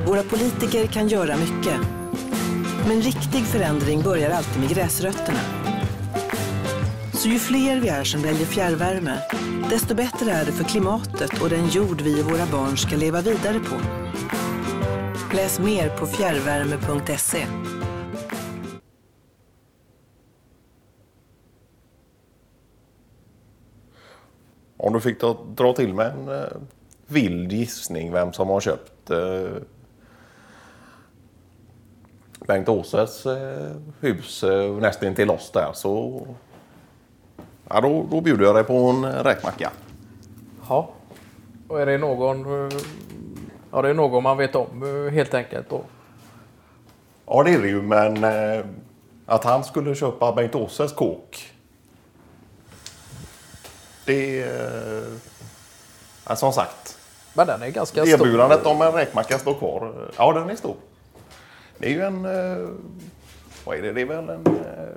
Våra politiker kan göra mycket. Men riktig förändring börjar alltid med gräsrötterna. Så ju fler vi är som väljer fjärrvärme, desto bättre är det för klimatet och den jord vi och våra barn ska leva vidare på. Läs mer på fjärrvärme.se. Om du fick dra till med en vild gissning vem som har köpt Bengt Åses hus nästan till oss där, så ja, då bjuder jag dig på en räkmacka. Ja, och är det någon, ja, det är någon man vet om helt enkelt då? Ja, det är det ju, men att han skulle köpa Bengt Åses kåk, det är som sagt. Men den är ganska stor. Erbjudandet om en räkmacka står kvar. Ja, den är stor. Det är ju en, vad är det? Det är väl en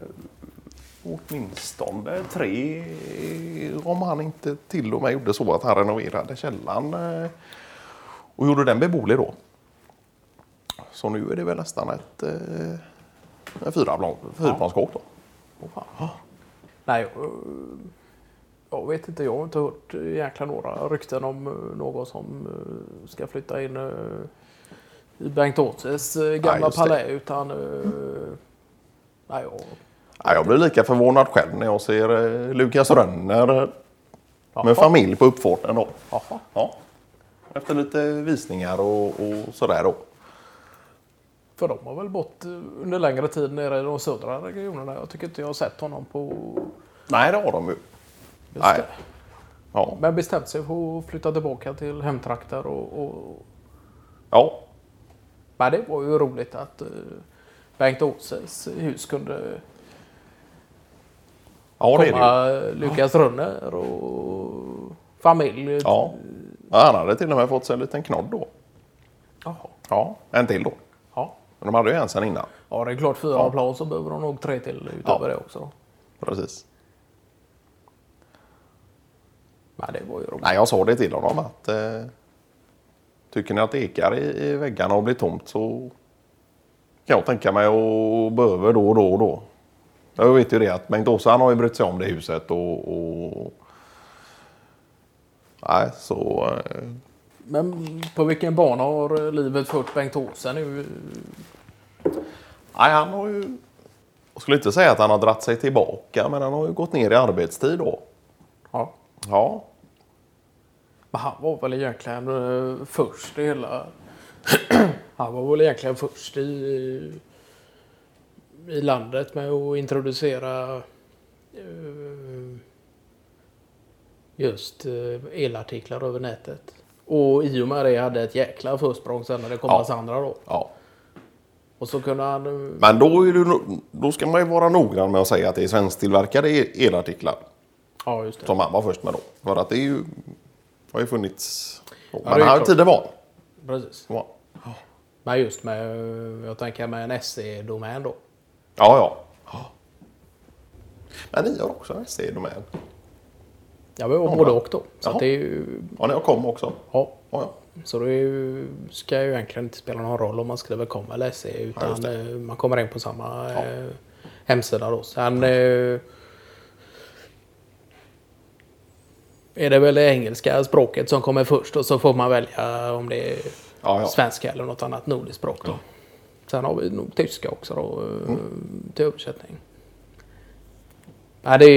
åtminstone 3, om han inte till och med gjorde så att han renoverade källaren och gjorde den beboelig då. Så nu är det väl nästan ett fyrplanskåk då. Nej, jag vet inte, jag har inte hört egentligen några rykten om någon som ska flytta in i Bengt Åses gamla palä, utan nej, jag blir lika förvånad själv när jag ser Lukas Rönner med familj på uppfarten då. Ja. Efter lite visningar och sådär då. För de har väl bott under längre tid nere i de södra regionerna. Jag tycker inte jag har sett honom på... Nej, det har de ju. Just det. Ja. Men bestämt sig för att flytta tillbaka till hemtrakter och... Ja. Men det var ju roligt att Bengt Åses hus kunde komma Lukas Rönner och familj. Ja. Han hade till och med fått sig en liten knodd då. Jaha. Ja, en till då. Ja. Men de hade ju en sen innan. Ja, det är klart, 4 plan så behöver de nog 3 till utöver det också. Precis. Nej, det var ju roligt. Nej, jag sa det till honom att tycker ni att det ekar i väggarna och blir tomt, så kan jag tänka mig att behöver då och då. Jag vet ju det att Bengt Åsa, han har ju brytt sig om det huset och... Nej, så... Men på vilken bana har livet fört Bengt Åsa nu? Nej, han har ju... Jag skulle inte säga att han har dratt sig tillbaka, men han har ju gått ner i arbetstid då. Ja. Ja. Men han var väl egentligen först i hela... Han var väl egentligen först i landet med att introducera just elartiklar över nätet. Och i och med det hade ett jäkla försprång sen när det kom massa andra då. Ja. Och så kunde han... Men då ska man ju vara noggrann med att säga att det är svensktillverkade elartiklar. Ja, just det. Som han var först med då. För att det är ju, har ju funnits... Ja, men den här tiden var. Precis. Ja. Men just med, jag tänker med en SE-domän då. Ja. Men ni har också en SE-domän. Ja, vi var både och då. Så att det är ju... Ja, ni har kom också. Ja. Ja. Så det ska ju egentligen inte spela någon roll om man skriver kom eller SE, utan man kommer in på samma hemsida då. Sen är det väl det engelska språket som kommer först, och så får man välja om det är svenska eller något annat nordiskt språk då. Sen har vi nog tyska också då, till översättning. Ja, det är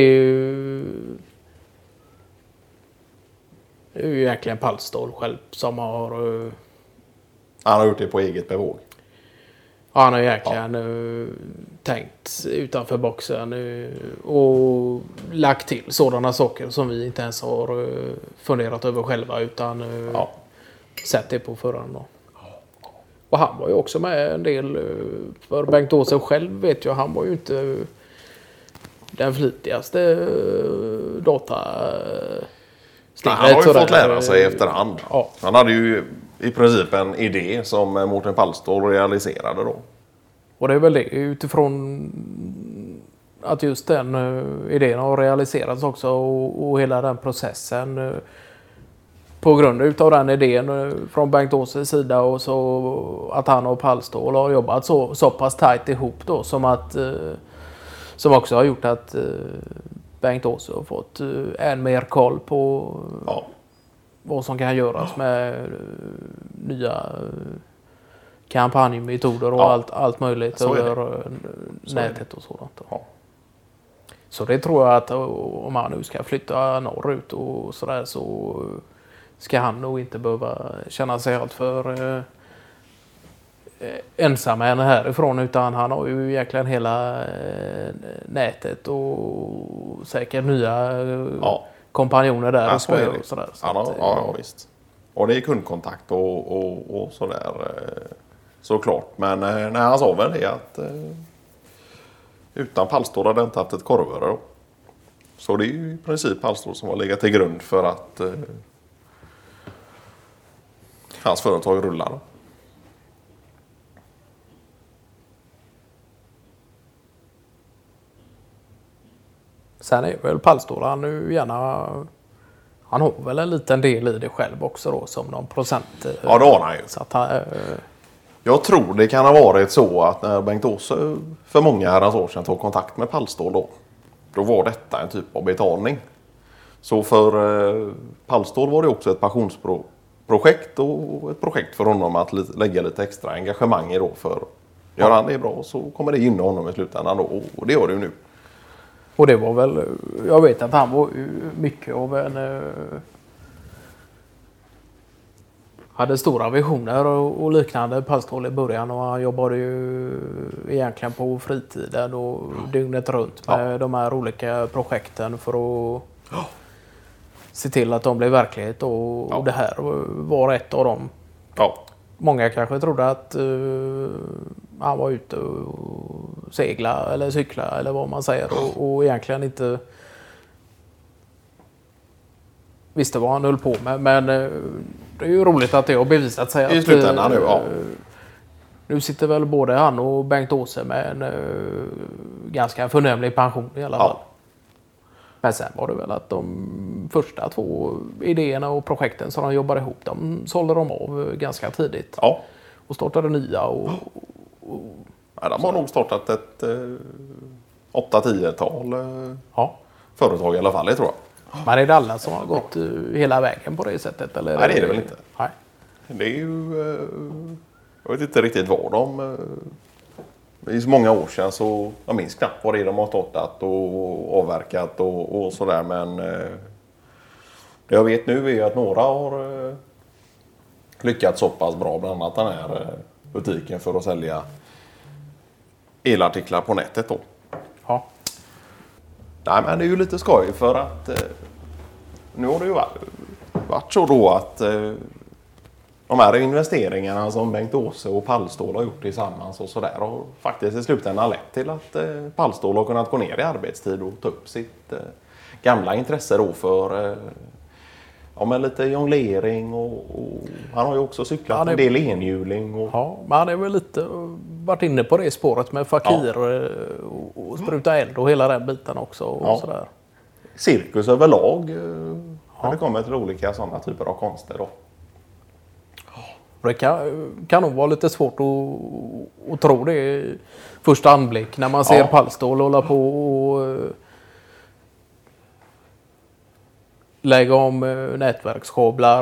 ju egentligen Palstol själv som har... Han har gjort det på eget bevåg. Ja, han har egentligen tänkt utanför boxen och lagt till sådana saker som vi inte ens har funderat över själva, utan sett det på förhand då. Och han var ju också med en del, för Bengt Åsen själv vet jag, han var ju inte den flitigaste data... Han har ju fått lära sig efterhand. Ja. Han hade ju i princip en idé som Mårten Palstol realiserade då. Och det är väl det utifrån att just den idén har realiserats också, och hela den processen på grund utav den idén från Bengt-Åses sida och så att han och Pallstål har jobbat så pass tajt ihop då som också har gjort att Bengt-Åse har fått än mer koll på vad som kan göras med nya kampanjmetoder och allt möjligt över nätet och sådant. Ja. Så det tror jag att om han nu ska flytta norrut och sådär så ska han nog inte behöva känna sig allt för ensam härifrån, utan han har ju egentligen hela nätet och säkert nya kompanjoner där och sådär. Ja, visst. Och det är kundkontakt och sådär såklart. Men när han sa väl det att utan Pallstål hade inte haft ett korvöre då. Så det är ju i princip Pallstål som har legat till grund för att hans företag rullar då. Sen är väl Pallstål, han har väl en liten del i det själv också då, som någon procent. Ja, det har han ju. Så att jag tror det kan ha varit så att när Bengt-Åse för många herrans år sedan tog kontakt med Pallstål då var detta en typ av betalning. Så för Pallstål var det också ett passionsprojekt och ett projekt för honom att lägga lite extra engagemang i då, för gör han det bra så kommer det gynna honom i slutändan då, och det gör det ju nu. Och det var väl, jag vet att han var mycket av en hade stora visioner och liknande Pallstål i början, och han jobbade ju egentligen på fritiden och dygnet runt med de här olika projekten för att se till att de blev verklighet, och det här var ett av dem. Ja. Många kanske trodde att han var ute och segla eller cykla eller vad man säger och egentligen inte visste vad han höll på med, men det är ju roligt att det har bevisat sig i slutändan nu. Nu sitter väl både han och Bengt-Åse med en ganska förnämlig pension i alla fall. Men sen var det väl att de första 2 idéerna och projekten som de jobbade ihop, de sålde de av ganska tidigt. Ja. Och startade nya Ja, de har nog startat ett 8-10-tal företag i alla fall, det tror jag. Men är det alla som har gått hela vägen på det sättet? Eller? Nej, det är det väl inte. Nej. Det är ju... jag vet inte riktigt vad de... I så många år sedan så... Jag minns knappt vad det är de har startat och avverkat och sådär, men... det jag vet nu är att några har lyckats så pass bra, bland annat den här butiken för att sälja elartiklar på nätet då. Ja. Nej, men det är ju lite skoj för att nu har det ju varit så då att de här investeringarna som Bengt-Åse och Pallstål har gjort tillsammans och sådär har faktiskt i slutändan lett till att Pallstål har kunnat gå ner i arbetstid och ta upp sitt gamla intresse då för men lite jonglering och han har ju också cyklat en del enhjuling. Ja, men han är väl lite varit inne på det spåret med fakir och spruta eld och hela den biten också. Och sådär. Cirkus överlag har det kommit till olika sådana typer av konster då. Det kan nog vara lite svårt att tro det i första anblick när man ser Pallstål hålla på och lägga om nätverkskablar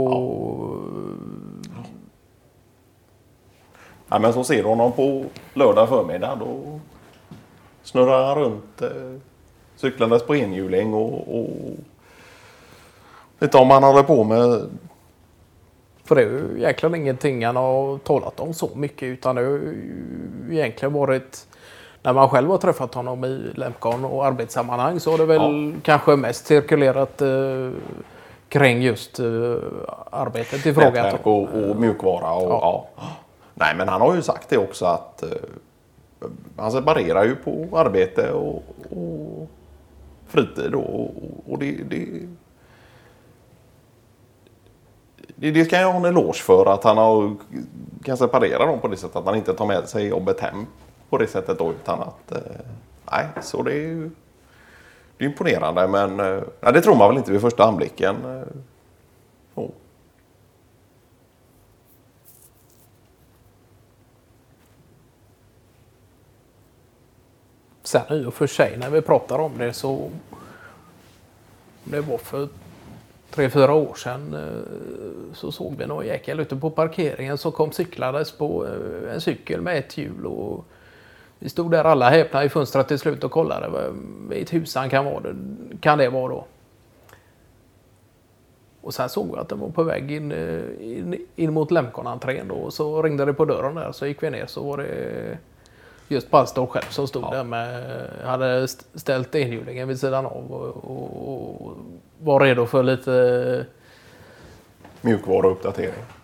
Ja, men så ser du honom på lördag förmiddag, då snurrar han runt cyklandes på enhjuling och lite om han håller på med. För det är ju egentligen ingenting han har talat om så mycket, utan det har ju egentligen varit när man själv har träffat honom i Lemcon och arbetssammanhang, så har det väl kanske mest cirkulerat kring just arbetet i fråga. Nätverk och mjukvara och Nej, men han har ju sagt det också att han separerar ju på arbete och fritid och det ska jag ha en eloge för, att han kan separera dem på det sättet att han inte tar med sig jobbet hem på det sättet då, utan att så det är ju imponerande, men det tror man väl inte vid första anblicken. Sen i och för sig när vi pratar om det så det var för 3-4 år sedan så såg vi någon jäkel ute på parkeringen som kom cyklades på en cykel med ett hjul och vi stod där alla häpna i fönstret till slut och kollade vilket hus han kan det vara då. Och sen såg vi att den var på väg in mot Lemcon-entrén då och så ringde det på dörren där så gick vi ner så var det just Palstor själv som stod där hade ställt enhjulingen vid sidan av och var redo för lite mjukvaruuppdatering.